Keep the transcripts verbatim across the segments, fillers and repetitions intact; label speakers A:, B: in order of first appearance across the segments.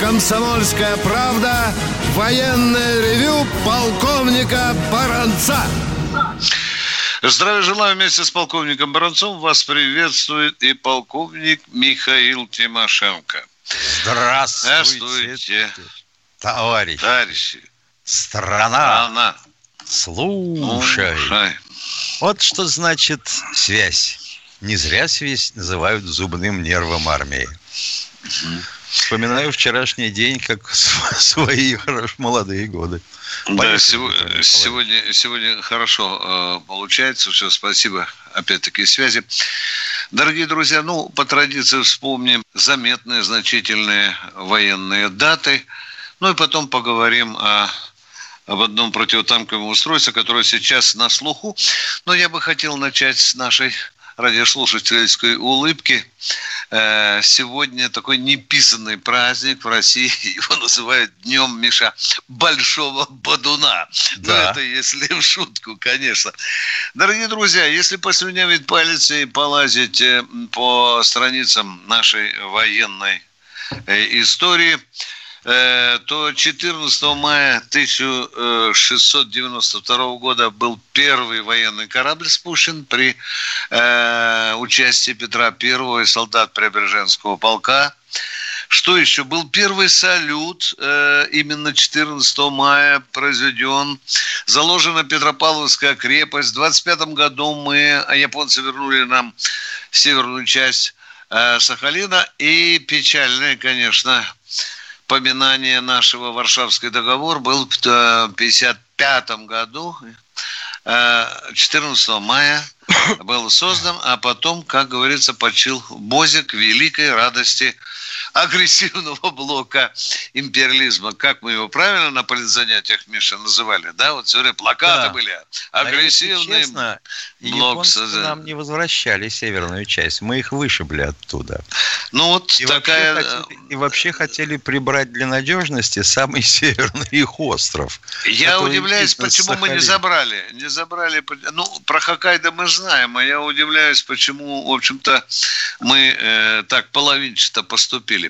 A: «Комсомольская правда» военное ревю полковника Баранца.
B: Здравия желаю. Вместе с полковником Баранцом вас приветствует и полковник Михаил Тимошенко.
C: Здравствуйте,
B: Здравствуйте.
C: Товарищи.
B: Товарищи.
C: Страна.
B: Страна.
C: Слушай.
B: Слушай.
C: Вот что значит связь. Не зря связь называют зубным нервом армии. Угу. Вспоминаю вчерашний день, как свои молодые годы.
B: Да, сегодня, сегодня, сегодня хорошо э, получается. Все, спасибо, опять-таки, связи. Дорогие друзья, ну, по традиции вспомним заметные, значительные военные даты. Ну, и потом поговорим о, об одном противотанковом устройстве, которое сейчас на слуху. Но я бы хотел начать с нашей радиослушательской улыбки. Сегодня такой неписанный праздник в России, его называют Днем, Миша, Большого Бодуна. Да. Ну, это если в шутку, конечно. Дорогие друзья, если послюнявить палец и полазить по страницам нашей военной истории, то четырнадцатого мая тысяча шестьсот девяносто второго года был первый военный корабль спущен при э, участии Петра Первого и солдат Преображенского полка. Что еще? Был первый салют, э, именно четырнадцатого мая произведен. Заложена Петропавловская крепость. В двадцать пятом году мы, а японцы вернули нам северную часть э, Сахалина. И печальное, конечно, поминание нашего Варшавский договор был в пятьдесят пятом году, четырнадцатого мая был создан, а потом, как говорится, почил Бозик к великой радости агрессивного блока империализма. Как мы его правильно на политзанятиях, Миша, называли, да? Вот все время плакаты да. были. Агрессивный
C: а честно,
B: блок.
C: Японцы нам не возвращали северную часть. Мы их вышибли оттуда.
B: Ну вот
C: и
B: такая...
C: Вообще хотели, и вообще хотели прибрать для надежности самый северный их остров.
B: Я удивляюсь, почему мы не забрали. Не забрали. Ну, про Хоккайдо мы знаем, а я удивляюсь, почему, в общем-то, мы э, так половинчато поступили.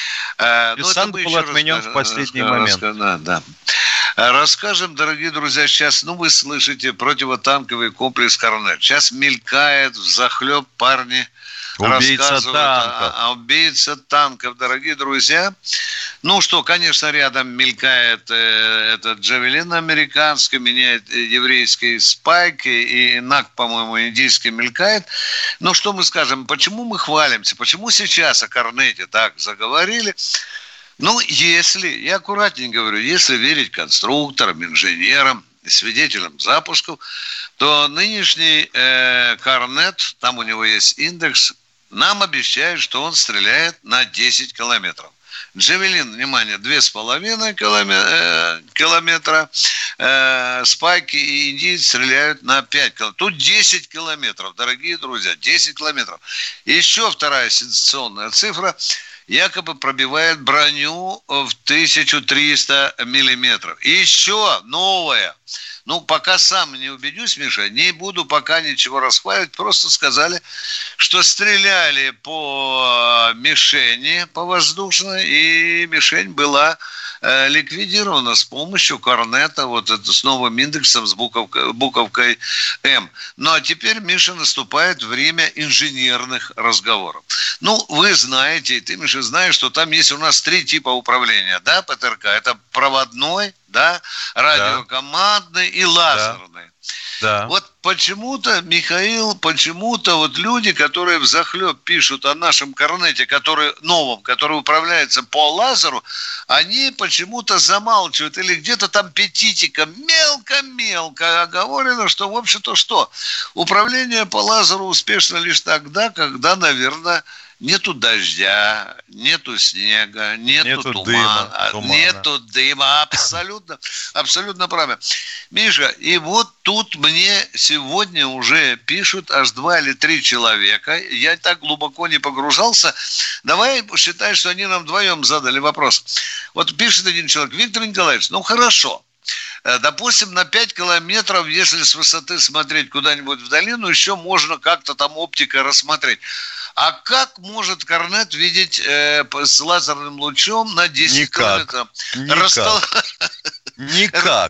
C: Десант был отменен в последний момент.
B: Да, да. Расскажем, дорогие друзья, сейчас, ну, вы слышите, противотанковый комплекс «Корнет». Сейчас мелькает взахлеб, парни
C: убийца танков.
B: А, а убийца танков, дорогие друзья. Ну что, конечно, рядом мелькает э, этот «Джавелин» американский, меняет еврейский «Спайк», и, и «Нак», по-моему, индийский мелькает. Но что мы скажем, почему мы хвалимся, почему сейчас о «Корнете» так заговорили? Ну, если, я аккуратненько говорю, если верить конструкторам, инженерам, свидетелям запусков, то нынешний э, «Корнет», там у него есть индекс, нам обещают, что он стреляет на десять километров. «Джавелин», внимание, два с половиной километра, э, «Спайки» и «Индиец» стреляют на пять километров. Тут десять километров, дорогие друзья, десять километров. Еще вторая сенсационная цифра. Якобы пробивает броню в тысячу триста миллиметров. И еще новое. Ну, пока сам не убедюсь, Миша, не буду пока ничего расхваливать. Просто сказали, что стреляли по мишени, по воздушной, и мишень была э, ликвидирована с помощью «Корнета», вот это с новым индексом, с буковкой, буковкой «М». Ну, а теперь, Миша, наступает время инженерных разговоров. Ну, вы знаете, и ты, Миша, знаешь, что там есть у нас три типа управления, да, ПТРК. Это проводной, да, радиокомандный и лазерный.
C: Да.
B: Вот почему-то, Михаил, почему-то вот люди, которые взахлеб пишут о нашем «Корнете», который новом, который управляется по лазеру, они почему-то замалчивают или где-то там петитиком мелко-мелко оговорено, что, в общем-то, что? Управление по лазеру успешно лишь тогда, когда, наверное, нету дождя, нету снега, нету, нету тумана, дыма, тумана, нету дыма, абсолютно, абсолютно правильно. Миша, и вот тут мне сегодня уже пишут аж два или три человека, я так глубоко не погружался, давай считай, что они нам вдвоем задали вопрос. Вот пишет один человек: Виктор Николаевич, ну хорошо, Допустим, на пять километров, если с высоты смотреть куда-нибудь в долину, еще можно как-то там оптика рассмотреть. А как может Корнет видеть э, с лазерным лучом на десять
C: Никак.
B: километров?
C: Никак.
B: Растол...
C: Никак.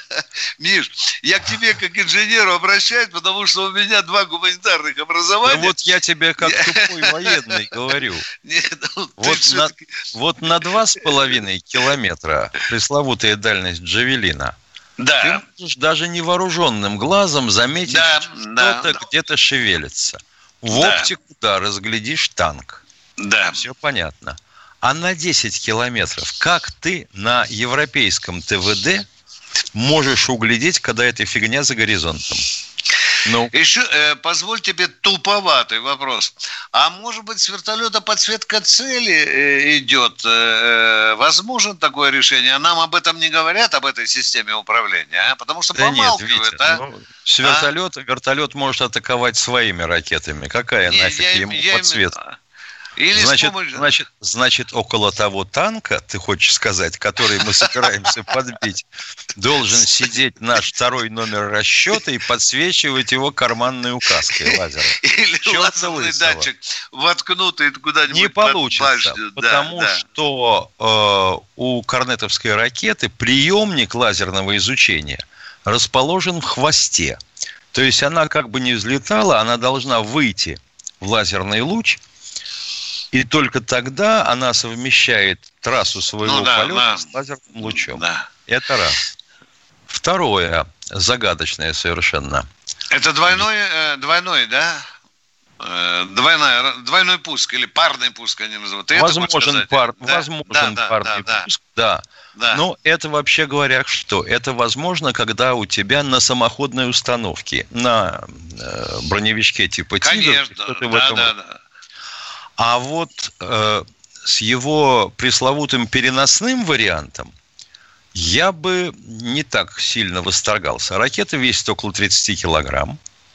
B: Миш, я к тебе как инженеру обращаюсь, потому что у меня два гуманитарных образования.
C: Да вот я тебе как тупой военный говорю.
B: Нет, ну,
C: вот, на, вот на два с половиной километра пресловутая дальность Джавелина.
B: Да.
C: Ты можешь даже невооруженным глазом заметить,
B: да,
C: что
B: да,
C: кто-то
B: да.
C: где-то шевелится. В
B: да.
C: оптику, да, разглядишь танк.
B: Да.
C: Все понятно. А на десять километров как ты на европейском ТВД можешь углядеть, когда эта фигня за горизонтом? Ну.
B: Еще, э, позволь тебе туповатый вопрос. А может быть, с вертолета подсветка цели э, идет? Э, возможно такое решение? А нам об этом не говорят, об этой системе управления? А? Потому что
C: да
B: помалкивают,
C: нет, Витя,
B: а?
C: Ну, с вертолета, а? Вертолет может атаковать своими ракетами. Какая не, нафиг я, ему я подсветка? Именно... Или значит, помощью... значит, значит, около того танка, ты хочешь сказать, который мы собираемся подбить, должен сидеть наш второй номер расчета и подсвечивать его карманной указкой лазером.
B: Или лазерный датчик, воткнутый куда-нибудь.
C: Не получится, потому да, что да. Э, у корнетовской ракеты приемник лазерного изучения расположен в хвосте. То есть она как бы не взлетала, она должна выйти в лазерный луч, и только тогда она совмещает трассу своего ну, да, полета да. с лазерным лучом. Да. Это раз. Второе, загадочное совершенно.
B: Это двойной, э, двойной, да? Э, двойной, двойной пуск или парный пуск они называют. Ты
C: возможен пар, да? возможен да, парный да, пуск, да.
B: да.
C: Но это вообще говоря, что это возможно, когда у тебя на самоходной установке, на э, броневичке типа «Тигр».
B: Конечно, да, да, да.
C: А вот э, с его пресловутым переносным вариантом я бы не так сильно восторгался. Ракета весит около тридцать килограмм,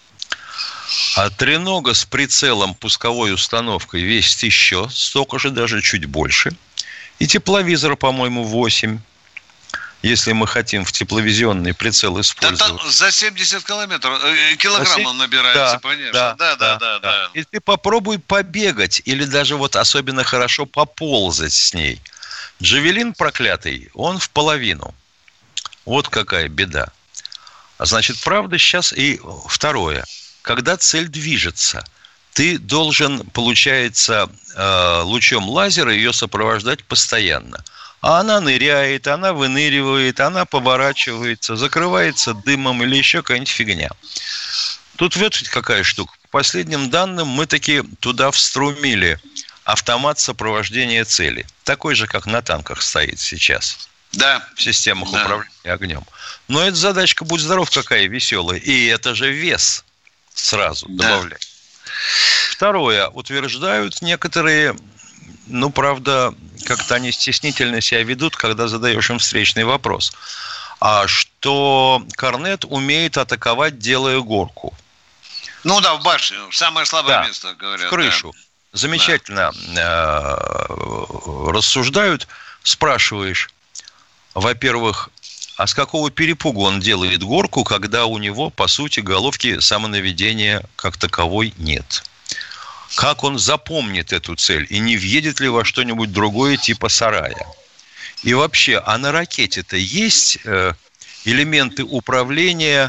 C: а тренога с прицелом пусковой установкой весит еще столько же, даже чуть больше. И тепловизор, по-моему, восемь. Если мы хотим в тепловизионный прицел использовать.
B: Да, там за семьдесят километров, э, килограмм он набирается, да, конечно. Да да да, да, да, да.
C: И ты попробуй побегать, или даже вот особенно хорошо поползать с ней. Джавелин проклятый, он в половину. Вот какая беда. А значит, правда сейчас и второе. Когда цель движется, ты должен, получается, лучом лазера ее сопровождать постоянно. А она ныряет, она выныривает, она поворачивается, закрывается дымом или еще какая-нибудь фигня. Тут вот какая штука. По последним данным, мы таки туда вструмили автомат сопровождения цели. Такой же, как на танках стоит сейчас.
B: Да.
C: В системах
B: да.
C: управления огнем. Но эта задачка, будь здоров, какая веселая. И это же вес сразу да. добавлять. Второе. Утверждают некоторые... Ну, правда, как-то они стеснительно себя ведут, когда задаешь им встречный вопрос. А что Корнет умеет атаковать, делая горку.
B: Ну да, в башню, самое слабое
C: да,
B: место, говорят.
C: В крышу. Да. Замечательно да. рассуждают. Спрашиваешь, во-первых, а с какого перепугу он делает горку, когда у него, по сути, головки самонаведения как таковой нет? Как он запомнит эту цель и не въедет ли во что-нибудь другое типа сарая? И вообще, а на ракете-то есть э, элементы управления,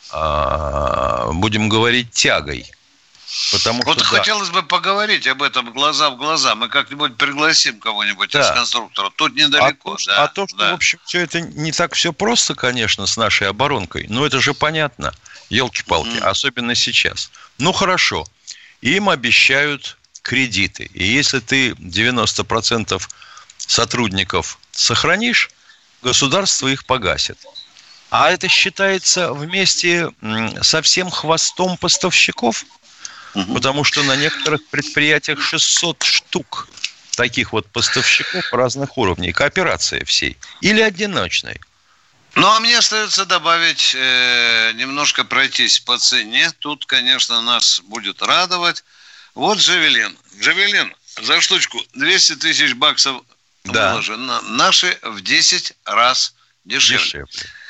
C: э, будем говорить, тягой? Потому
B: вот
C: что,
B: хотелось
C: да.
B: бы поговорить об этом глаза в глаза. Мы как-нибудь пригласим кого-нибудь да. из конструкторов. Тут недалеко.
C: А,
B: да,
C: а то, что,
B: да.
C: в общем, все это не так все просто, конечно, с нашей оборонкой. Но это же понятно. Елки-палки. Mm. Особенно сейчас. Ну, хорошо. Им обещают кредиты. И если ты девяносто процентов сотрудников сохранишь, государство их погасит. А это считается вместе со всем хвостом поставщиков, угу. потому что на некоторых предприятиях шестьсот штук таких вот поставщиков разных уровней. Кооперация всей. Или одиночной.
B: Ну, а мне остается добавить, э, немножко пройтись по цене. Тут, конечно, нас будет радовать. Вот Джавелин. Джавелин за штучку двести тысяч баксов да. выложено. Наши в десять раз дешевле. дешевле.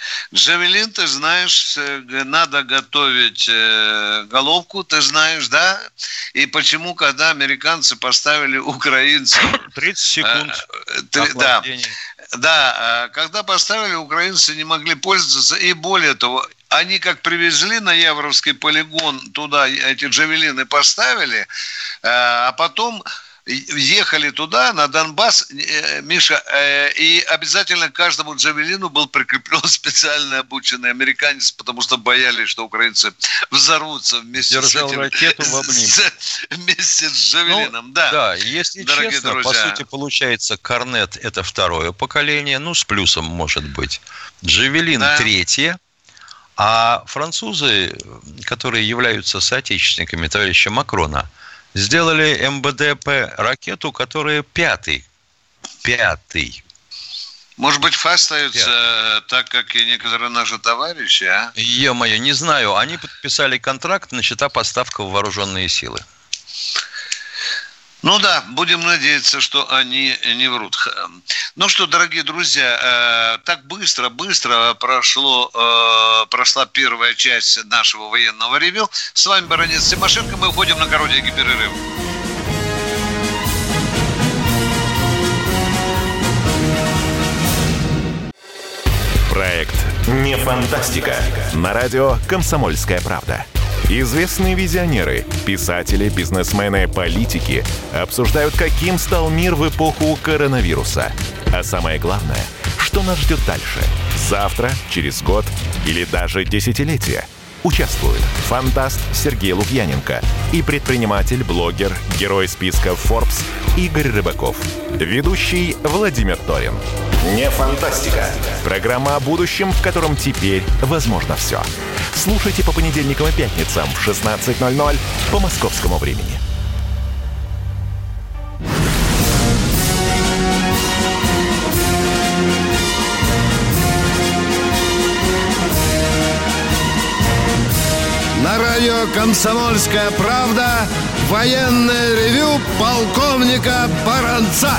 B: Джавелин, ты знаешь, надо готовить головку, ты знаешь, да? И почему, когда американцы поставили украинцев...
C: тридцать секунд.
B: Да, да, когда поставили, украинцы не могли пользоваться, и более того, они как привезли на Явровский полигон, туда эти джавелины поставили, а потом ехали туда, на Донбасс, Миша, и обязательно к каждому джавелину был прикреплен специально обученный американец, потому что боялись, что украинцы взорвутся вместе
C: Держал
B: с этим...
C: ракету в обнимку.
B: Вместе с джавелином, ну, да.
C: Да, если дорогие честно, друзья, по сути, получается, корнет – это второе поколение, ну, с плюсом, может быть. Джавелин да. – третье. А французы, которые являются соотечественниками товарища Макрона, сделали эм бэ дэ пэ ракету, которая пятый. Пятый.
B: Может быть, остаются пятый. Так, как и некоторые наши товарищи, а?
C: Е-мое, не знаю. Они подписали контракт, начата поставка в вооруженные силы.
B: Ну да, будем надеяться, что они не врут. Ну что, дорогие друзья, так быстро, быстро прошло, прошла первая часть нашего военного ревью. С вами Баранец Тимошенко. Мы уходим на коротенький перерыв.
D: Проект «Не фантастика». На радио «Комсомольская правда». Известные визионеры, писатели, бизнесмены, политики обсуждают, каким стал мир в эпоху коронавируса. А самое главное, что нас ждет дальше? Завтра, через год или даже десятилетие? Участвуют фантаст Сергей Лукьяненко и предприниматель, блогер, герой списка Forbes Игорь Рыбаков. Ведущий Владимир Торин. Не фантастика. Программа о будущем, в котором теперь возможно все. Слушайте по понедельникам и пятницам в шестнадцать ноль ноль по московскому времени.
A: На радио «Комсомольская правда» военное ревю полковника Баранца.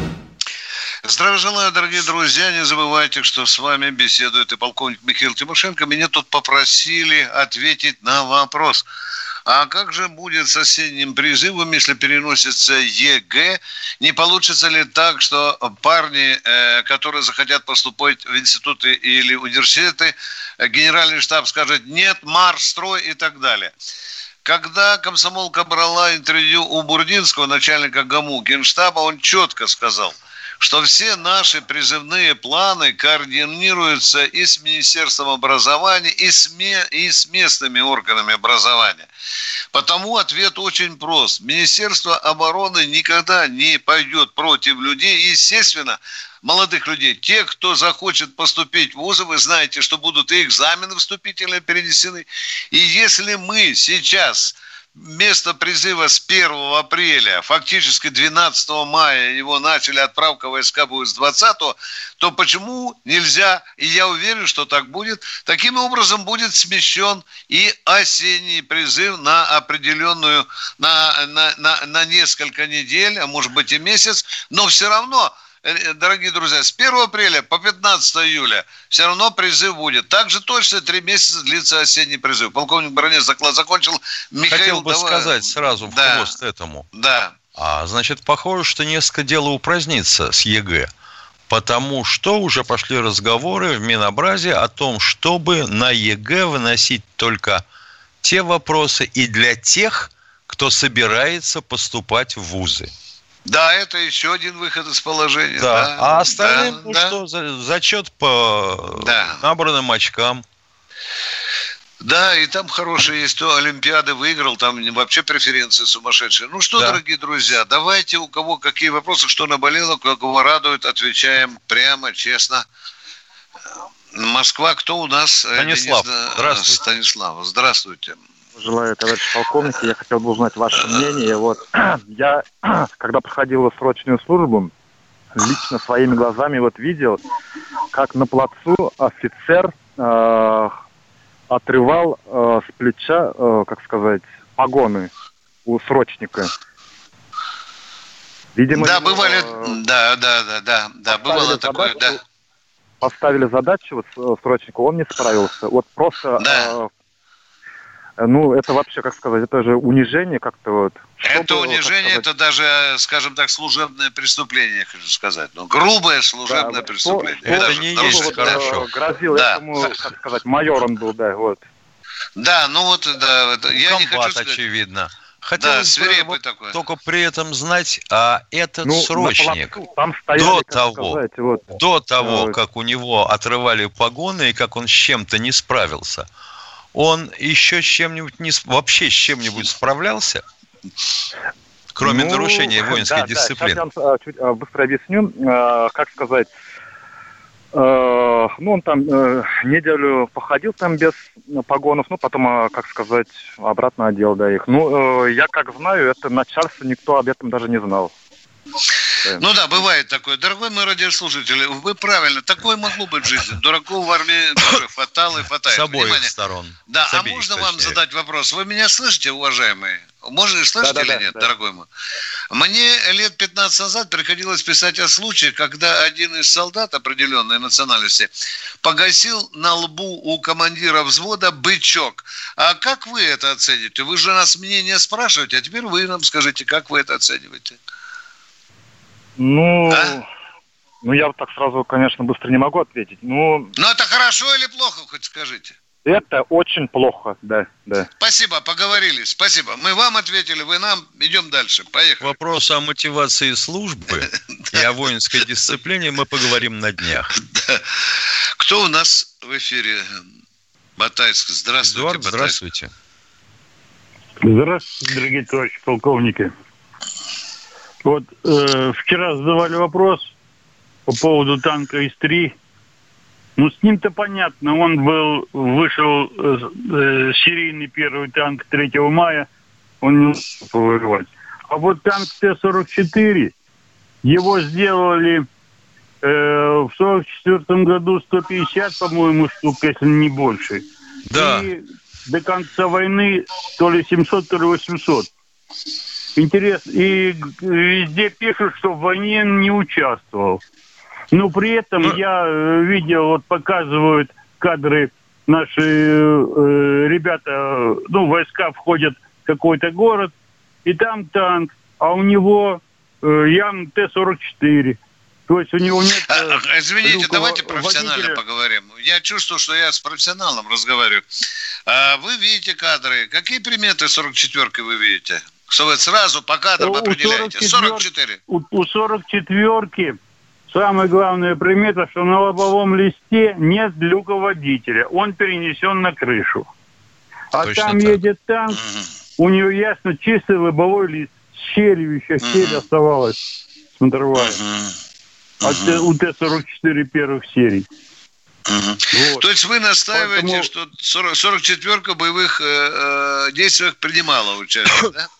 B: Здравия желаю, дорогие друзья. Не забывайте, что с вами беседует и полковник Михаил Тимошенко. Меня тут попросили ответить на вопрос. А как же будет с осенним призывом, если переносится ЕГЭ? Не получится ли так, что парни, которые захотят поступать в институты или университеты, генеральный штаб скажет «нет, марш, строй» и так далее? Когда комсомолка брала интервью у Бурдинского, начальника ГАМУ Генштаба, он четко сказал, что все наши призывные планы координируются и с Министерством образования, и с, ме, и с местными органами образования. Потому ответ очень прост. Министерство обороны никогда не пойдет против людей. Естественно, молодых людей, тех, кто захочет поступить в вузы, вы знаете, что будут и экзамены вступительные перенесены. И если мы сейчас... Вместо призыва с первого апреля, фактически двенадцатого мая его начали, отправка войска будет с двадцатого, то почему нельзя, и я уверен, что так будет, таким образом будет смещен и осенний призыв на определенную, на, на, на, на несколько недель, а может быть и месяц, но все равно... Дорогие друзья, с первого апреля по пятнадцатого июля все равно призыв будет. Также точно три месяца длится осенний призыв. Полковник Баранец заклад закончил. Михаил,
C: хотел бы
B: давай...
C: сказать сразу в
B: да.
C: хвост этому.
B: Да.
C: А, значит, похоже, что несколько дело упразднится с ЕГЭ. Потому что уже пошли разговоры в Минобразе о том, чтобы на ЕГЭ выносить только те вопросы и для тех, кто собирается поступать в вузы.
B: Да, это еще один выход из положения.
C: Да.
B: Да.
C: А остальным,
B: да,
C: ну
B: да.
C: что, за, зачет по
B: да.
C: набранным очкам.
B: Да, и там хорошие есть, кто Олимпиады выиграл, там вообще преференции сумасшедшие. Ну что, да. Дорогие друзья, давайте, у кого какие вопросы, что наболело, кого радует, отвечаем прямо, честно. Москва, кто у нас?
C: Станислав,
B: Денис...
C: здравствуйте.
B: Станислав, здравствуйте.
E: Желаю, товарищ полковник, я хотел бы узнать ваше мнение. Вот я, когда проходил срочную службу, лично своими глазами вот видел, как на плацу офицер э, отрывал э, с плеча, э, как сказать, погоны у срочника. Видимо,
B: да,
E: его,
B: бывали,
E: э,
B: да, да, да, да, да, бывало такое, да.
E: поставили задачу вот срочнику, он не справился. Вот просто,
B: Да.
E: э, ну, это вообще, как сказать, это же унижение как-то вот.
B: Это
E: Чтобы,
B: унижение,
E: как сказать,
B: это даже, скажем так, служебное преступление, хочу сказать. Ну, грубое служебное
E: да,
B: преступление.
E: что-
C: Это
B: Даже
C: не
B: нарушение.
C: есть
E: вот, э,
C: хорошо.
E: грозил
B: Да.
E: этому, как сказать, майор он был, да, вот.
B: Да, ну вот, да, это- я не
C: Комбат,
B: хочу сказать.
C: очевидно.
B: Да,
C: Хотелось бы
B: свирепый
C: вот
B: такой.
C: только при этом знать, а этот
E: Ну, на
C: срочник
E: плацу там стояли,
C: до
E: как
C: того,
E: сказать, вот.
C: до того,
E: э,
C: как у него отрывали погоны и как он с чем-то не справился, он еще с чем-нибудь не, с- вообще с чем-нибудь справлялся, кроме
E: ну,
C: нарушения воинской
E: да,
C: дисциплины?
E: Да, сейчас я вам э, чуть э, быстро объясню, э, как сказать. Э, ну, он там э, неделю походил там без погонов, ну, потом, э, как сказать, обратно одел, да, их. Ну, э, я как знаю, это начальство, никто об этом даже не знал.
B: Ну да, бывает такое. Дорогой мой радиослушатель, вы правильно, такое могло быть в жизни. Дураков в армии тоже хватало и хватает.
C: С обоих
B: Внимание.
C: сторон.
B: Да,
C: С
B: а
C: обеих,
B: можно вам
C: точнее.
B: задать вопрос? Вы меня слышите, уважаемые? Можно слышите
E: Да-да-да,
B: или нет,
E: да.
B: дорогой мой? Мне лет пятнадцать назад приходилось писать о случае, когда один из солдат определенной национальности погасил на лбу у командира взвода бычок. А как вы это оцените? Вы же нас мнение спрашиваете, а теперь вы нам скажите, как вы это оцениваете?
E: Ну,
B: А?
E: ну, я вот так сразу, конечно, быстро не могу ответить. Ну,
B: Ну это хорошо или плохо, хоть скажите?
E: это очень плохо, да, да.
B: Спасибо, поговорили. Спасибо. Мы вам ответили, вы нам. Идем дальше. Поехали.
C: Вопрос о мотивации службы и о воинской дисциплине мы поговорим на днях.
B: Кто у нас в эфире? Батайск. Здравствуйте,
C: Эдуард,
B: Батайск.
C: здравствуйте.
F: Здравствуйте, дорогие товарищи полковники. Вот э, вчера задавали вопрос по поводу танка эс три. Ну, с ним-то понятно. Он был, вышел э, э, серийный первый танк третьего мая. Он не успел повоевать. А вот танк Т сорок четыре, его сделали э, в сорок четвёртом году сто пятьдесят, по-моему, штук, если не больше.
C: Да.
F: И до конца войны то ли семьсот, то ли восемьсот. Интересно. И везде пишут, что в войне не участвовал. Но при этом
C: Ну,
F: я э, видел, вот показывают кадры, наши э, ребята, ну, войска входят в какой-то город, и там танк, а у него э, Ям Т сорок четыре. То есть у него нет...
B: А,
F: э,
B: а, Извините,
F: руково-
B: давайте профессионально
F: водителя.
B: поговорим. Я чувствую, что я с профессионалом разговариваю. А вы видите кадры. Какие приметы сорок четвёрки вы видите? Что вы сразу по кадрам
F: У
B: определяете? сорок четыре.
F: У, у сорок четвёрки самая главная примета, что на лобовом листе нет люка водителя. Он перенесен на крышу. А
C: Точно
F: там
C: так.
F: едет танк, у него ясно чистый лобовой лист. С щелью еще, щель оставалась смотровая. А Т- у Т сорок четыре первых серий. Вот.
B: То есть вы настаиваете,
F: Поэтому-
B: что сорок, сорок четвёрка в боевых э, э, действиях принимала участие, да?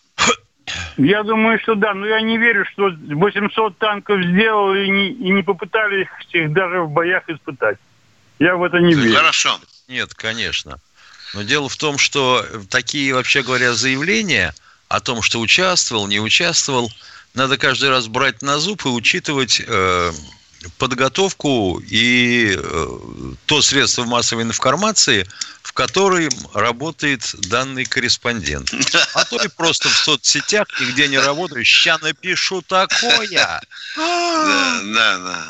F: Я думаю, что да, но я не верю, что восемьсот танков сделали и не, и не попытались их даже в боях испытать. Я в это не верю.
B: Хорошо.
C: Нет, конечно. Но дело в том, что такие, вообще говоря, заявления о том, что участвовал, не участвовал, надо каждый раз брать на зуб и учитывать э, подготовку и э, то средство массовой информации, в котором работает данный корреспондент. А то и просто в соцсетях, нигде не работаю, ща напишу такое.
B: Да, да, да.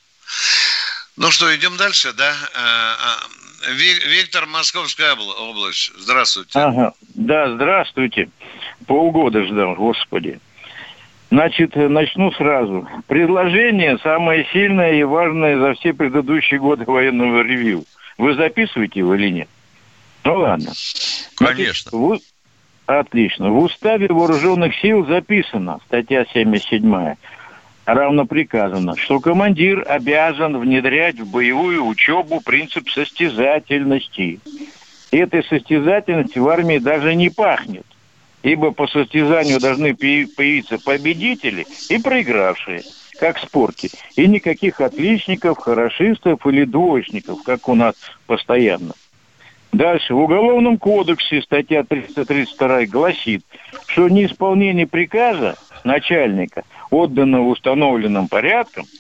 B: Ну что, идем дальше, да? А, а, Ви- Виктор, Московская обла- область. Здравствуйте.
G: Ага, да, здравствуйте. Полгода ждал, господи. Значит, начну сразу. Предложение самое сильное и важное за все предыдущие годы военного ревью. Вы записываете его или нет? Ну ладно.
C: Конечно.
G: Значит, в у- Отлично. В уставе вооруженных сил записано, статья семьдесят седьмая, равно приказано, что командир обязан внедрять в боевую учебу принцип состязательности. Этой состязательности в армии даже не пахнет, ибо по состязанию должны пи- появиться победители и проигравшие, как в спорте, и никаких отличников, хорошистов или двоечников, как у нас постоянно. Дальше. В Уголовном кодексе статья триста тридцать два гласит, что неисполнение приказа начальника, отданного установленным порядком,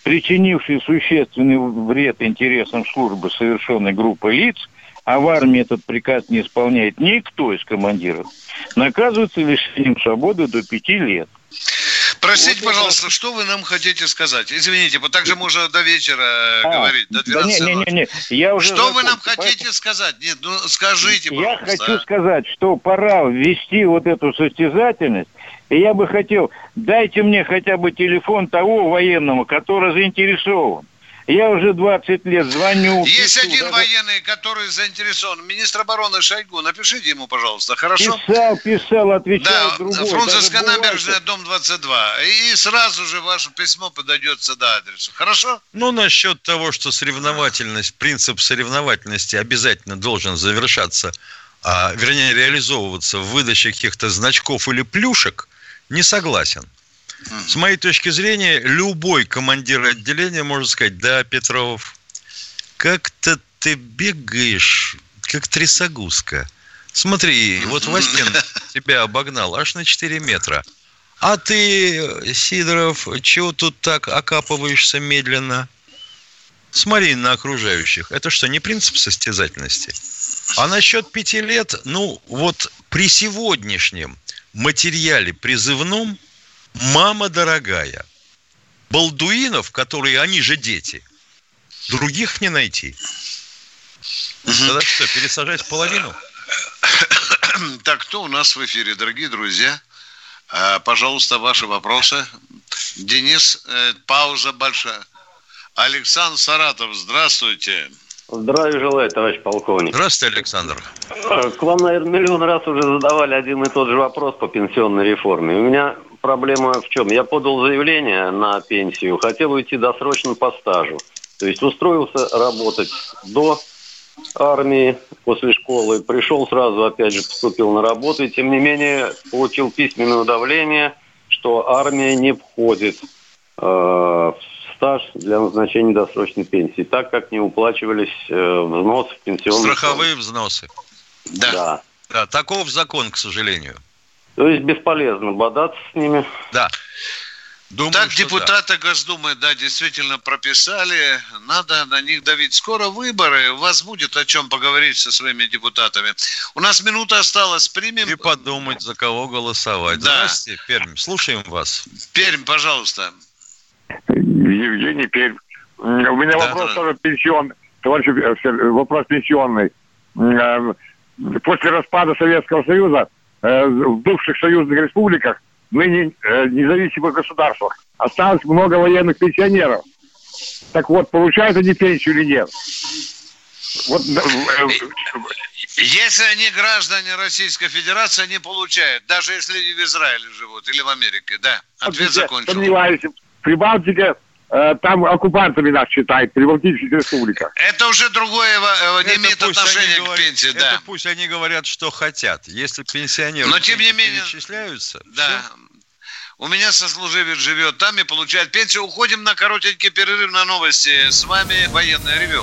G: причинивший существенный вред интересам службы совершенной группой лиц, а в армии этот приказ не исполняет никто из командиров, наказывается лишением свободы до пяти лет.
B: Простите,
G: вот
B: пожалуйста,
G: это...
B: что вы нам хотите сказать? Извините, вот так же можно до вечера
G: а,
B: говорить, до двенадцати.
G: Да не, не, не, не. Я уже
B: что
G: закончил,
B: вы нам
G: поэтому...
B: хотите сказать? Нет, ну скажите, пожалуйста.
G: Я хочу сказать, что пора ввести вот эту состязательность, и я бы хотел, дайте мне хотя бы телефон того военного, который заинтересован. Я уже двадцать лет звоню.
B: Есть
G: пишу,
B: один
G: да,
B: военный, который заинтересован. Министр обороны Шойгу. Напишите ему, пожалуйста, хорошо?
G: Писал, писал, отвечал
B: да,
G: другой.
B: Фрунзенская набережная, дом двадцать два. И сразу же ваше письмо подойдет сюда адресу. Хорошо?
C: Ну, насчет того, что соревновательность, принцип соревновательности обязательно должен завершаться, а, вернее, реализовываться в выдаче каких-то значков или плюшек, не согласен. С моей точки зрения, любой командир отделения может сказать: да, Петров, как-то ты бегаешь, как трясогузка. Смотри, вот Васькин тебя обогнал аж на четыре метра. А ты, Сидоров, чего тут так окапываешься медленно? Смотри на окружающих. Это что, не принцип состязательности? А насчет пяти лет, ну, вот при сегодняшнем материале призывном, мама дорогая, балдуинов, которые, они же дети, других не найти. Угу. Тогда что, пересажать в половину?
B: Так, кто у нас в эфире, дорогие друзья? А, пожалуйста, ваши вопросы. Денис, э, пауза большая. Александр Саратов, здравствуйте.
H: Здравия желаю, товарищ полковник.
C: Здравствуйте, Александр.
H: К вам, наверное, миллион раз уже задавали один и тот же вопрос по пенсионной реформе. У меня проблема в чем? Я подал заявление на пенсию, хотел уйти досрочно по стажу. То есть устроился работать до армии, после школы, пришел сразу, опять же, поступил на работу, и тем не менее получил письменное уведомление, что армия не входит э, в стаж для назначения досрочной пенсии, так как не уплачивались э, взносы в пенсионный
C: страховые
H: фонд.
C: Взносы.
H: Да. Да.
C: Да, таков закон, к сожалению.
H: То есть бесполезно бодаться с ними.
C: Да. Думаю,
B: так
C: что
B: депутаты
C: да.
B: Госдумы, да, действительно прописали. Надо на них давить. Скоро выборы. У вас будет о чем поговорить со своими депутатами. У нас минута осталась. Примем.
C: И подумать, за кого голосовать.
B: Да.
C: Здравствуйте, Пермь. Слушаем вас.
B: Пермь, пожалуйста.
I: Евгений Пермь. У меня да, вопрос да. тоже пенсионный. Товарищ, вопрос пенсионный. После распада Советского Союза в бывших союзных республиках, ныне независимых государствах, осталось много военных пенсионеров. Так вот, получают они пенсию или нет? Вот,
B: если они граждане Российской Федерации, они получают, даже если в Израиле живут или в Америке, да. Ответ закончил.
I: Сомневаюсь. В Прибалтике э, там оккупантами нас считают, Прибалтийских республиках.
B: Это уже другое, не
C: это
B: имеет отношения к
C: говорят,
B: пенсии,
C: это
B: да.
C: Пусть они говорят, что хотят. Если пенсионеры
B: но тем не менее
C: перечисляются,
B: да. Все. У меня сослуживец живет там и получает пенсию. Уходим на коротенький перерыв на новости. С вами Военное ревю.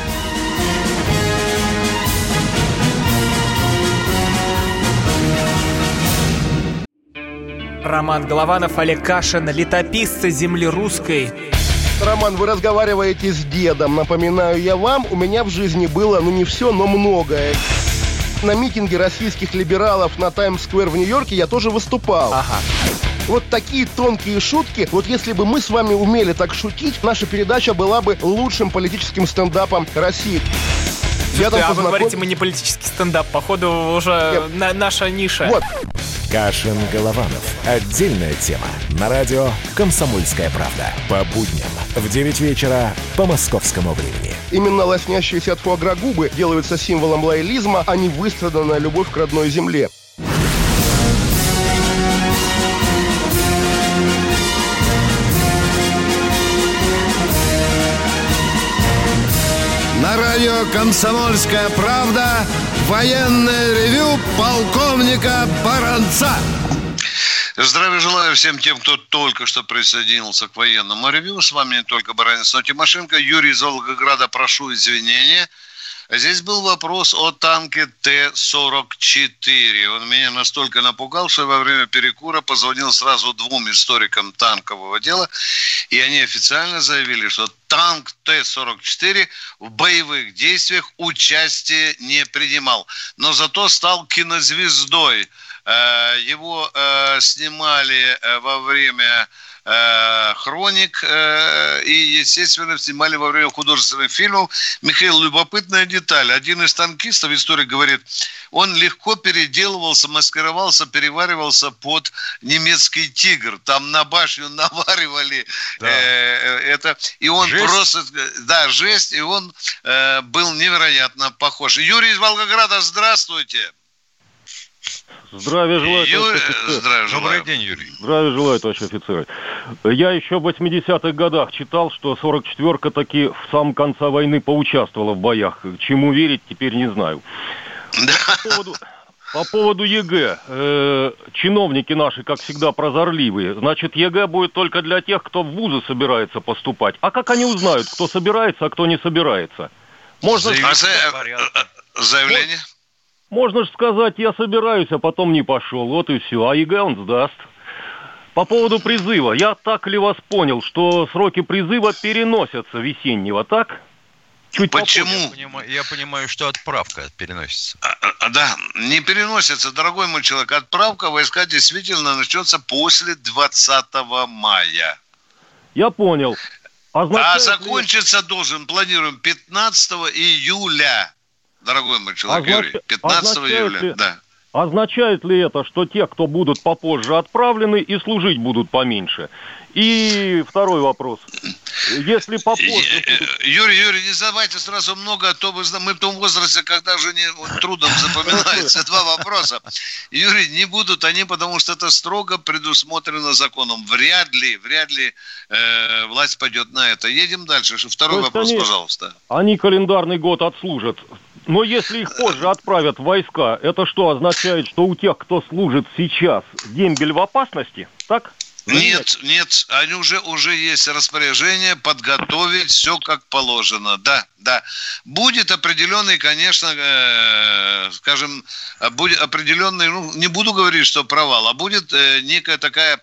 J: Роман Голованов, Олег Кашин, летописцы земли русской.
K: Роман, вы разговариваете с дедом. Напоминаю я вам, у меня в жизни было, ну не все, но многое. На митинге российских либералов на Таймс-сквер в Нью-Йорке я тоже выступал.
J: Ага.
K: Вот такие тонкие шутки, вот если бы мы с вами умели так шутить, наша передача была бы лучшим политическим стендапом России.
J: Я там а познаком... вы говорите, мы не политический стендап, походу уже на, наша ниша.
K: Вот.
D: Кашин, Голованов. Отдельная тема. На радио «Комсомольская правда». По будням в девять вечера по московскому времени.
K: Именно лоснящиеся от фуагра губы делаются символом лоялизма, а не выстраданная любовь к родной земле.
A: На радио «Комсомольская правда» военное ревю полковника Баранца.
B: Здравия желаю всем тем, кто только что присоединился к военному ревю. С вами не только Баранец, но Тимошенко. Юрий из Волгограда, прошу извинения. Здесь был вопрос о танке Т сорок четыре. Он меня настолько напугал, что во время перекура позвонил сразу двум историкам танкового дела, и они официально заявили, что танк Т сорок четыре в боевых действиях участия не принимал, но зато стал кинозвездой. Его снимали во время «Хроник» и, естественно, снимали во время художественных фильмов. Михаил, любопытная деталь. Один из танкистов, историк говорит, он легко переделывался, маскировался, переваривался под немецкий «Тигр». Там на башню наваривали да. э, это. И он жесть. просто... Да, жесть. И он э, был невероятно похож. Юрий из Волгограда, здравствуйте.
L: Здравия желаю,
B: Ю...
L: товарищ офицер.
B: Здравия желаю.
C: Добрый день, Юрий.
L: Здравия желаю, товарищ офицер. Я еще в восьмидесятых годах читал, что сорок четвёрка таки в самом конце войны поучаствовала в боях. Чему верить, теперь не знаю.
B: Да.
L: По поводу, по поводу ЕГЭ. Э, чиновники наши, как всегда, прозорливые. Значит, ЕГЭ будет только для тех, кто в вузы собирается поступать. А как они узнают, кто собирается, а кто не собирается? Можно...
B: А заявление?
L: Можно же сказать, я собираюсь, а потом не пошел. Вот и все. А ЕГЭ он сдаст. По поводу призыва. Я так ли вас понял, что сроки призыва переносятся весеннего, так?
B: Чуть Почему?
C: Я понимаю, я понимаю, что отправка переносится.
B: А, а, да, не переносится, дорогой мой человек. Отправка войска действительно начнется после двадцатого мая.
L: Я понял.
B: А закончиться ли... должен, планируем, пятнадцатого июля. Дорогой мой человек, Означ... Юрий, пятнадцатого июля,
L: ли...
B: да.
L: Означает ли это, что те, кто будут попозже отправлены, и служить будут поменьше? И второй вопрос. Если попозже... Будут...
B: Юрий, Юрий, не задавайте сразу много, а то вы, мы в том возрасте, когда уже не, трудом запоминается. Два вопроса. Юрий, не будут они, потому что это строго предусмотрено законом. Вряд ли, вряд ли э, власть пойдет на это. Едем дальше. Второй вопрос,
L: они,
B: пожалуйста.
L: Они календарный год отслужат. Но если их позже отправят в войска, это что, означает, что у тех, кто служит сейчас, дембель в опасности? Так?
B: Нет, нет, они уже, уже есть распоряжение подготовить все как положено, да, да. Будет определенный, конечно, э, скажем, будет определенный, ну, не буду говорить, что провал, а будет э, некая такая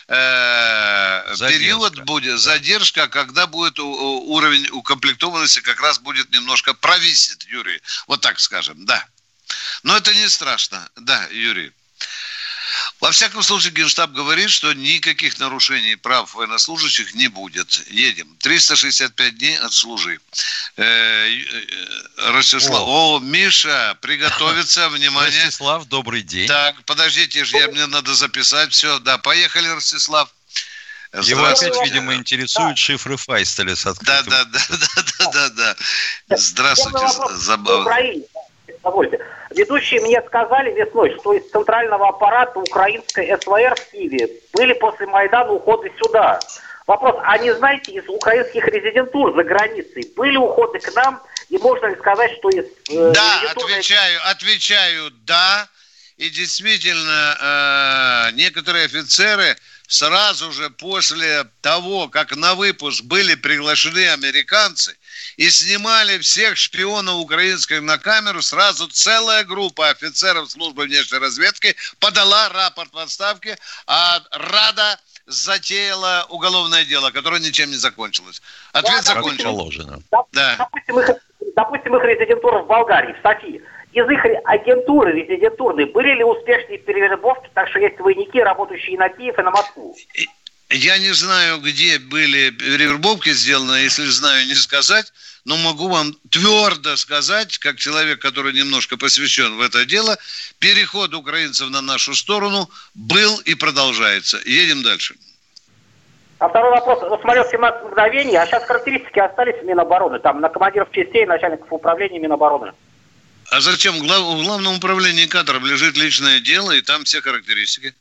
B: э, период, будет задержка, когда будет у, у, уровень укомплектованности как раз будет немножко провисит, Юрий, вот так скажем, да. Но это не страшно, да, Юрий. Во всяком случае, Генштаб говорит, что никаких нарушений прав военнослужащих не будет. Едем. триста шестьдесят пять дней отслужи. Э, Ростислав. О. О, Миша, приготовиться, внимание.
C: Ростислав, добрый день.
B: Так, подождите, я, мне надо записать. Все, да, поехали, Ростислав.
C: Его опять, видимо, интересуют шифры Файстеля с открытым...
B: Да, да, да, да, да, да. Здравствуйте, забавно.
M: Позвольте. Ведущие мне сказали весной, что из центрального аппарата украинской СВР в Киеве были после Майдана уходы сюда. Вопрос, а не знаете, из украинских резидентур за границей были уходы к нам? И можно ли сказать, что из... Э,
B: да, резидентурной... отвечаю, отвечаю, да. И действительно, э, некоторые офицеры сразу же после того, как на выпуск были приглашены американцы и снимали всех шпионов украинских на камеру, сразу целая группа офицеров службы внешней разведки подала рапорт в отставке, а Рада затеяла уголовное дело, которое ничем не закончилось. Ответ да, закончен. Да.
M: Допустим, их, допустим, их резидентура в Болгарии, в Софии. Из их агентуры резидентурной были ли успешные перевербовки, так что есть военники, работающие на Киев и на Москву?
B: Я не знаю, где были перевербовки сделаны, если знаю, не сказать, но могу вам твердо сказать, как человек, который немножко посвящен в это дело, переход украинцев на нашу сторону был и продолжается. Едем дальше.
M: А второй вопрос. Вот смотрел семнадцать мгновений, а сейчас характеристики остались в Минобороны, там на командиров частей, начальников управления Минобороны.
B: А зачем? В главном управлении кадров лежит личное дело, и там все характеристики.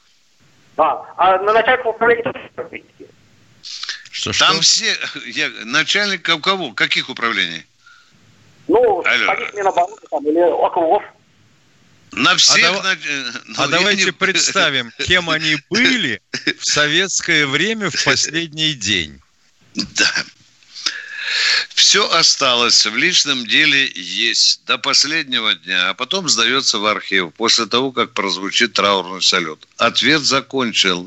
M: А, а на начальнике управления тоже характеристики?
B: Что, там что? Все... Я, начальник у кого? Каких управлений?
M: Ну, каких Минобороны там, или Оклов.
B: На всех...
C: А,
B: на...
C: а
B: ну,
C: давайте
B: не...
C: представим, кем они были в советское время в последний день.
B: Да. Все осталось в личном деле есть до последнего дня, а потом сдается в архив после того, как прозвучит траурный салют. Ответ закончил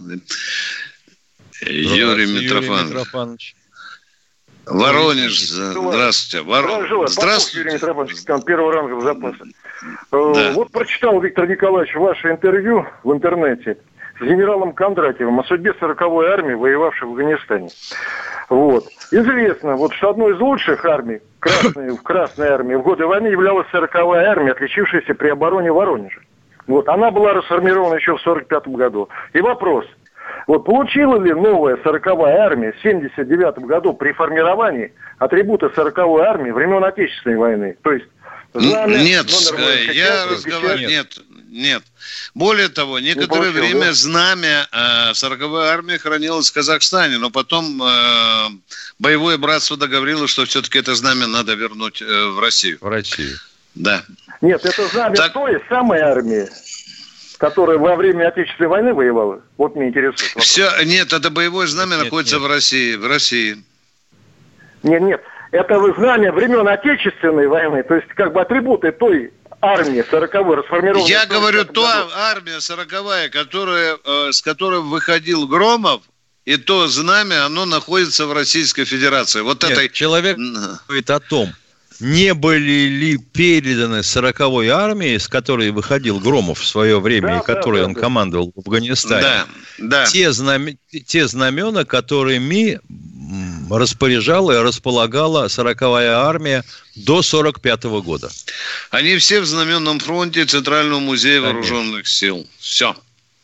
B: Юрий Митрофанович. Митрофанович. Воронеж, здравствуйте. Вор... Здравствуйте.
N: Юрий Митрофанович, там первого ранга в запасе. Да. Вот прочитал, Виктор Николаевич, ваше интервью в интернете с генералом Кондратьевым о судьбе сороковой армии, воевавшей в Афганистане. Вот. Известно, вот, что одной из лучших армий красной, в Красной армии в годы войны являлась сороковая армия, отличившаяся при обороне Воронежа. Вот. Она была расформирована еще в сорок пятом году. И вопрос. Вот получила ли новая сороковая армия в семьдесят девятом году при формировании атрибуты сороковой армии времен Отечественной войны? То есть знамя,
B: нет, я разговариваю, нет, нет. Более того, некоторое получил, время да? знамя э, сороковой армии хранилось в Казахстане, но потом э, боевое братство договорилось, что все-таки это знамя надо вернуть э, в Россию.
C: В Россию.
B: Да.
N: Нет, это знамя так... той самой армии, которая во время Отечественной войны воевала. Вот меня интересует вопрос.
B: Все, нет, это боевое знамя нет, находится нет. в России. В России.
N: Нет, нет. Это знамя времен Отечественной войны, то есть как бы атрибуты той армии сороковой расформированной.
B: Я говорю, та армия сороковая, которая, э, с которой выходил Громов, и то знамя, оно находится в Российской Федерации. Вот
C: нет,
B: это...
C: человек говорит о том, не были ли переданы сороковой армии, с которой выходил Громов в свое время, да, и которой да, он да, командовал в Афганистане, да, да. Те, знаме... те знамена, которыми распоряжала и располагала сороковая армия до сорок пятого года.
B: Они все в знаменном фронте Центрального музея вооруженных сил. Все.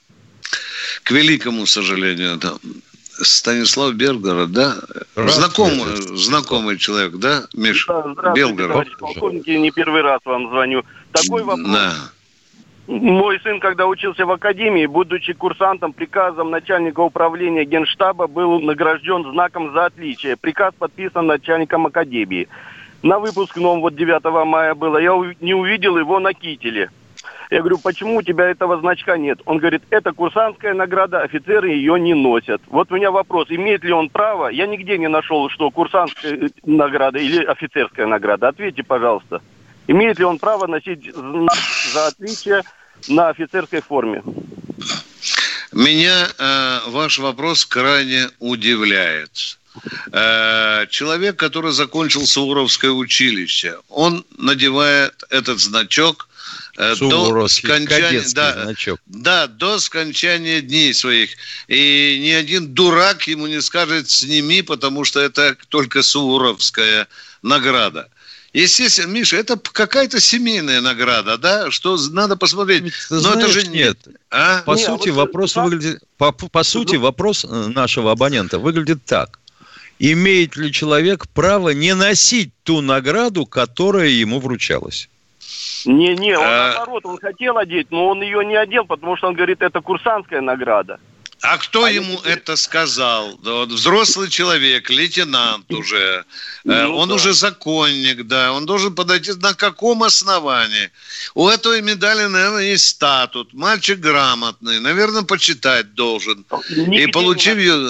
B: К великому сожалению, да. Станислав Белгород, да? Знакомый, знакомый человек, да, Миша? Да, здравствуйте, Белгород.
O: Товарищ полковник, не первый раз вам звоню. Такой вопрос. Да. Мой сын, когда учился в академии, будучи курсантом, приказом начальника управления Генштаба был награжден знаком за отличие. Приказ подписан начальником академии. На выпускном, вот девятого мая было, я не увидел его на кителе. Я говорю, почему у тебя этого значка нет? Он говорит, это курсантская награда, офицеры ее не носят. Вот у меня вопрос, имеет ли он право? Я нигде не нашел, что курсантская награда или офицерская награда. Ответьте, пожалуйста. Имеет ли он право носить знак за отличие на офицерской форме?
B: Меня э, ваш вопрос крайне удивляет. Э, человек, который закончил Суворовское училище, он надевает этот значок э, до скончания, да, да, до скончания дней своих. И ни один дурак ему не скажет «сними», потому что это только Суворовская награда. Естественно, Миша, это какая-то семейная награда, да, что надо посмотреть.
C: Ведь, но знаешь, это же нет. А? По нет, сути, вот вопрос да? выглядит, по, по сути, вопрос нашего абонента выглядит так. Имеет ли человек право не носить ту награду, которая ему вручалась?
O: Не-не, он а... наоборот, он хотел одеть, но он ее не одел, потому что он говорит, это курсантская награда.
B: А кто а ему если... это сказал? Вот, взрослый человек, лейтенант уже, ну, э, он да. уже законник, да, он должен подойти на каком основании? У этой медали, наверное, есть статут, мальчик грамотный, наверное, почитать должен. Не и получив ее...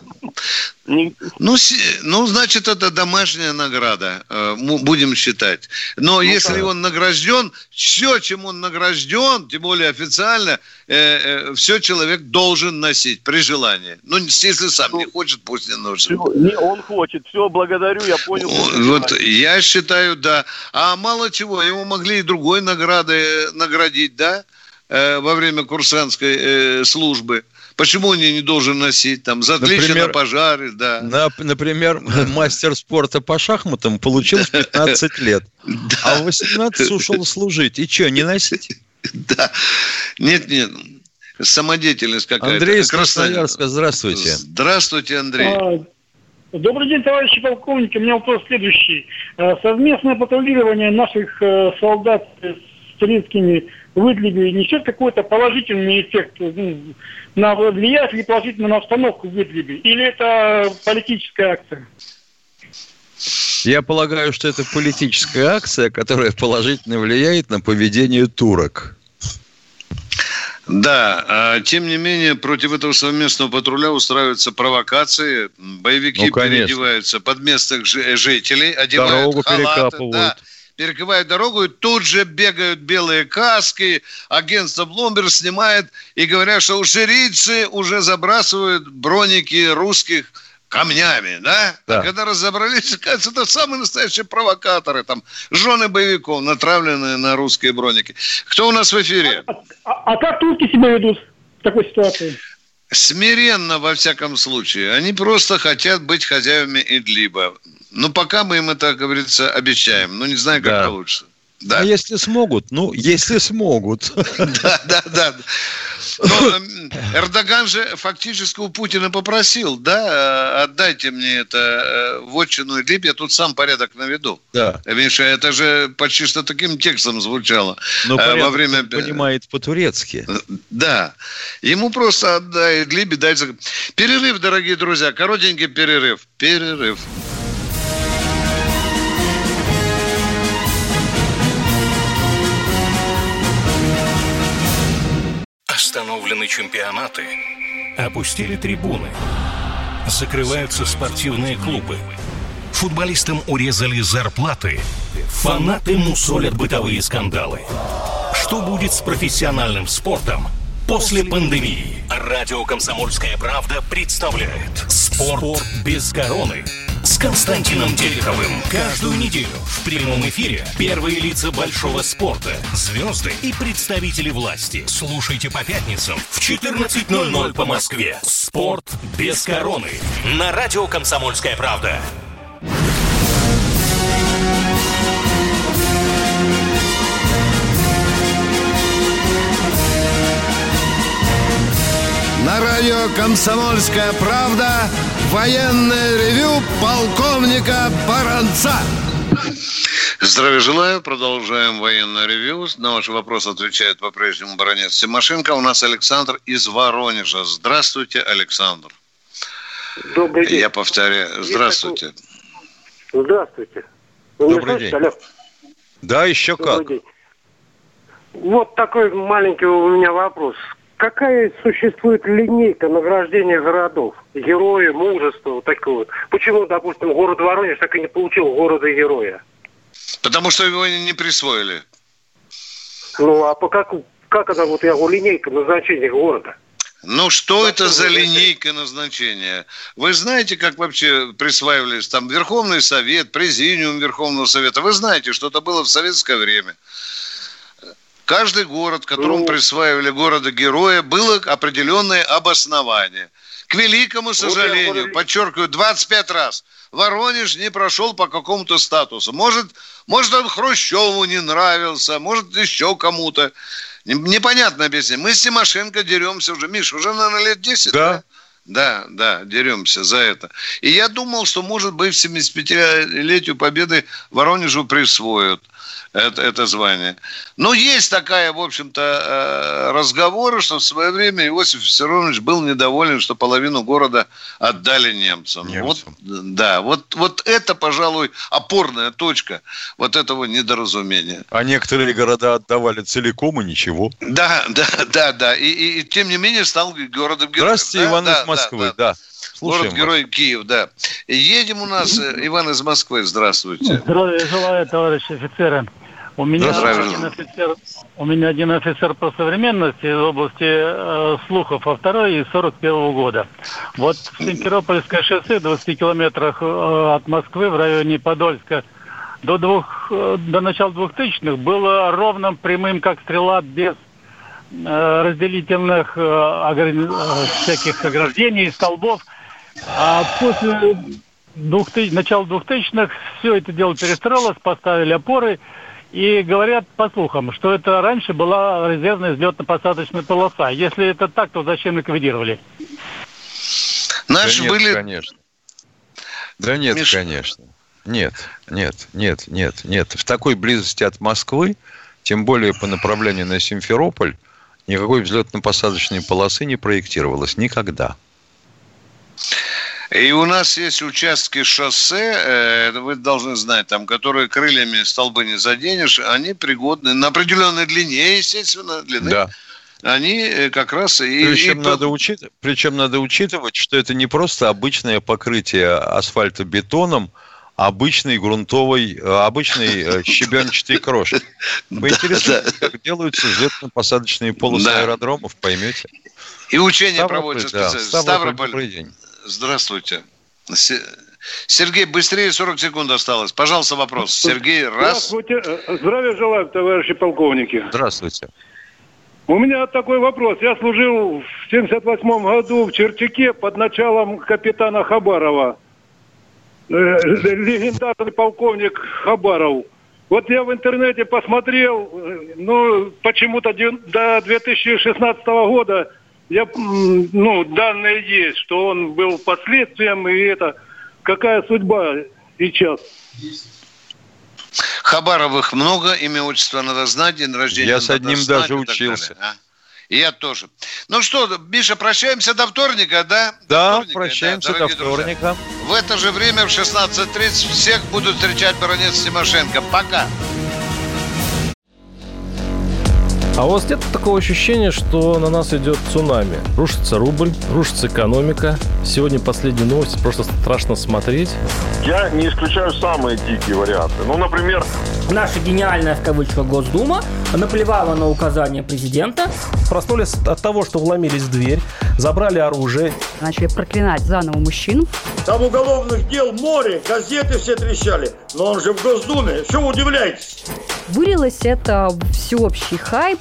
B: Не... Ну, ну, значит, это домашняя награда, э, будем считать. Но ну, если да. он награжден, все, чем он награжден, тем более официально, э, э, все человек должен носить при желании. Ну, если сам ну, не хочет, пусть не носит.
O: Не, он хочет. Все, благодарю, я понял.
B: Вот, я считаю, да. А мало чего, его могли и другой наградой наградить, да, э, во время курсантской э, службы. Почему он не должен носить там за отличие на пожаре, да.
C: На, например, мастер спорта по шахматам получил в пятнадцать лет, а в восемнадцать ушел служить. И что, не носить?
B: Да. Нет, нет. Самодеятельность какая-то.
C: Андрей из Красноярска, здравствуйте.
B: Здравствуйте, Андрей.
P: Добрый день, товарищи полковники. У меня вопрос следующий. Совместное патрулирование наших солдат с турецкими в Идлибе несет какой-то положительный эффект, на, влияет ли положительно на обстановку в Идлибе? Или это политическая акция?
C: Я полагаю, что это политическая акция, которая положительно влияет на поведение турок.
B: Да, а, тем не менее, против этого совместного патруля устраиваются провокации. Боевики ну, переодеваются под местных жителей, одевают
C: дорогу
B: халаты.
C: Перекапывают.
B: Да, перекрывают дорогу, и тут же бегают белые каски, агентство Bloomberg снимает и говорят, что уширийцы уже забрасывают броники русских камнями, да?
C: Да.
B: А когда разобрались, кажется, это самые настоящие провокаторы, там, жены боевиков, натравленные на русские броники. Кто у нас в эфире?
P: А, а, а как турки себя ведут в такой ситуации?
B: Смиренно, во всяком случае. Они просто хотят быть хозяевами Идлиба. Ну, пока мы им это, как говорится, обещаем. Ну, не знаю, как
C: да.
B: получится. Да.
C: А если смогут? Ну, если смогут.
B: Да, да, да. Но Эрдоган же фактически у Путина попросил, да, отдайте мне это вотчину Идлиб, я тут сам порядок наведу.
C: Да.
B: Миша, это же почти что таким текстом звучало.
C: Но
B: во время...
C: понимает по-турецки.
B: Да. Ему просто отдай Идлиб и дай... Перерыв, дорогие друзья, коротенький перерыв. Перерыв.
Q: Остановлены чемпионаты, опустили трибуны, закрываются спортивные клубы, футболистам урезали зарплаты, фанаты мусолят бытовые скандалы. Что будет с профессиональным спортом после пандемии? Радио «Комсомольская правда» представляет «Спорт без короны» с Константином Тереховым. Каждую неделю в прямом эфире первые лица большого спорта, звезды и представители власти. Слушайте по пятницам в четырнадцать ноль ноль по Москве. «Спорт без короны» на радио «Комсомольская правда».
A: На радио «Комсомольская правда» военное ревю полковника Баранца.
B: Здравия желаю. Продолжаем военное ревю. На ваши вопросы отвечает по-прежнему баронец Тимошенко. У нас Александр из Воронежа. Здравствуйте, Александр.
R: Добрый день.
B: Я повторяю. Здравствуйте.
R: Такой... Здравствуйте. Вы
C: Добрый день.
R: Алло?
C: Да, еще
R: Добрый
C: как.
R: День. Вот такой маленький у меня вопрос. Какая существует линейка награждения городов? Герои, мужество, вот такое вот. Почему, допустим, город Воронеж так и не получил города-героя?
B: Потому что его не присвоили.
R: Ну, а по как, как это вот его линейка назначения города?
B: Ну, что это за линейка назначения? Вы знаете, как вообще присваивались там Верховный Совет, Президиум Верховного Совета? Вы знаете, что это было в советское время. Каждый город, которому ну, присваивали города-героя, было определенное обоснование. К великому сожалению, вот подчеркиваю, двадцать пять раз, Воронеж не прошел по какому-то статусу. Может, может он Хрущеву не нравился, может, еще кому-то. Непонятно объяснение. Мы с Тимошенко деремся уже, Миш, уже, наверное, лет десять, да? да? Да, да, деремся за это. И я думал, что, может быть, в семидесятипятилетию Победы Воронежу присвоят это, это звание. Но есть такая, в общем-то, разговоры, что в свое время Иосиф Виссарионович был недоволен, что половину города отдали немцам. немцам. Вот, да, вот, вот это, пожалуй, опорная точка вот этого недоразумения.
C: А некоторые города отдавали целиком и ничего.
B: Да, да, да, да. И, и, и тем не менее стал городом-героем.
C: Здравствуйте,
B: да,
C: Иван
B: да,
C: из Москвы,
B: да. да.
C: да.
B: Город-герой Киев, да. Едем у нас, Иван из Москвы, здравствуйте.
S: Здравия желаю, товарищи офицеры. У меня, один офицер, у меня один офицер по современности из области э, слухов, а второй из сорок первого года. Вот в Симферопольское шоссе, в двадцати километрах э, от Москвы, в районе Подольска, до, двух, э, до начала двухтысячных было ровным, прямым, как стрела, без э, разделительных э, огр... э, всяких ограждений, столбов. А после двухтысячных, начала двухтысячных все это дело перестроилось, поставили опоры. И говорят, по слухам, что это раньше была резервная взлетно-посадочная полоса. Если это так, то зачем ликвидировали?
B: Наши
C: да нет,
B: были...
C: конечно. Да нет, Миш... конечно. Нет, нет, нет, нет, нет. В такой близости от Москвы, тем более по направлению на Симферополь, никакой взлетно-посадочной полосы не проектировалось никогда.
B: И у нас есть участки шоссе, вы должны знать, там, которые крыльями столбы не заденешь, они пригодны на определенной длине, естественно, длины.
C: Да.
B: они как раз... И,
C: причем,
B: и...
C: Надо учит... причем надо учитывать, что это не просто обычное покрытие асфальта бетоном, а обычной грунтовой, обычной щебенчатой крошкой. Вы интересуетесь, как делаются взлетно-посадочные полосы аэродромов, поймете.
B: И учения проводятся специально.
C: Ставрополь.
B: Здравствуйте. Сергей, быстрее, сорок секунд осталось. Пожалуйста, вопрос. Сергей, раз.
N: Здравствуйте. Здравия желаю, товарищи полковники.
C: Здравствуйте.
N: У меня такой вопрос. Я служил в семьдесят восьмом году в Черчаке под началом капитана Хабарова. Легендарный полковник Хабаров. Вот я в интернете посмотрел, ну, почему-то до две тысячи шестнадцатого года я, ну, данные есть, что он был последствием, и это... Какая судьба сейчас?
B: Хабаровых много, имя, отчество надо знать, день рождения.
C: Я с одним
B: знать,
C: даже учился.
B: А? И я тоже. Ну что, Миша, прощаемся до вторника, да?
C: Да,
B: до вторника,
C: прощаемся
B: да,
C: до вторника.
B: Друзья. В это же время в шестнадцать тридцать всех будут встречать баронец Тимошенко. Пока.
T: А у вас нет такого ощущения, что на нас идет цунами? Рушится рубль, рушится экономика. Сегодня последние новости, просто страшно смотреть.
U: Я не исключаю самые дикие варианты. Ну, например...
V: Наша гениальная, в кавычках, Госдума наплевала на указания президента.
T: Проснулись от того, что вломились в дверь, забрали оружие.
W: Начали проклинать заново мужчин.
X: Там уголовных дел море, газеты все трещали. Но он же в Госдуме, что вы удивляетесь?
W: Вылилось это в всеобщий хайп.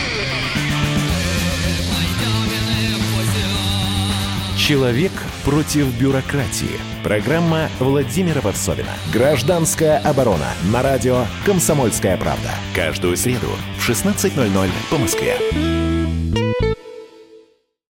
D: Человек против бюрократии. Программа Владимира Варсовина. Гражданская оборона. На радио «Комсомольская правда». Каждую среду в шестнадцать ноль ноль по Москве.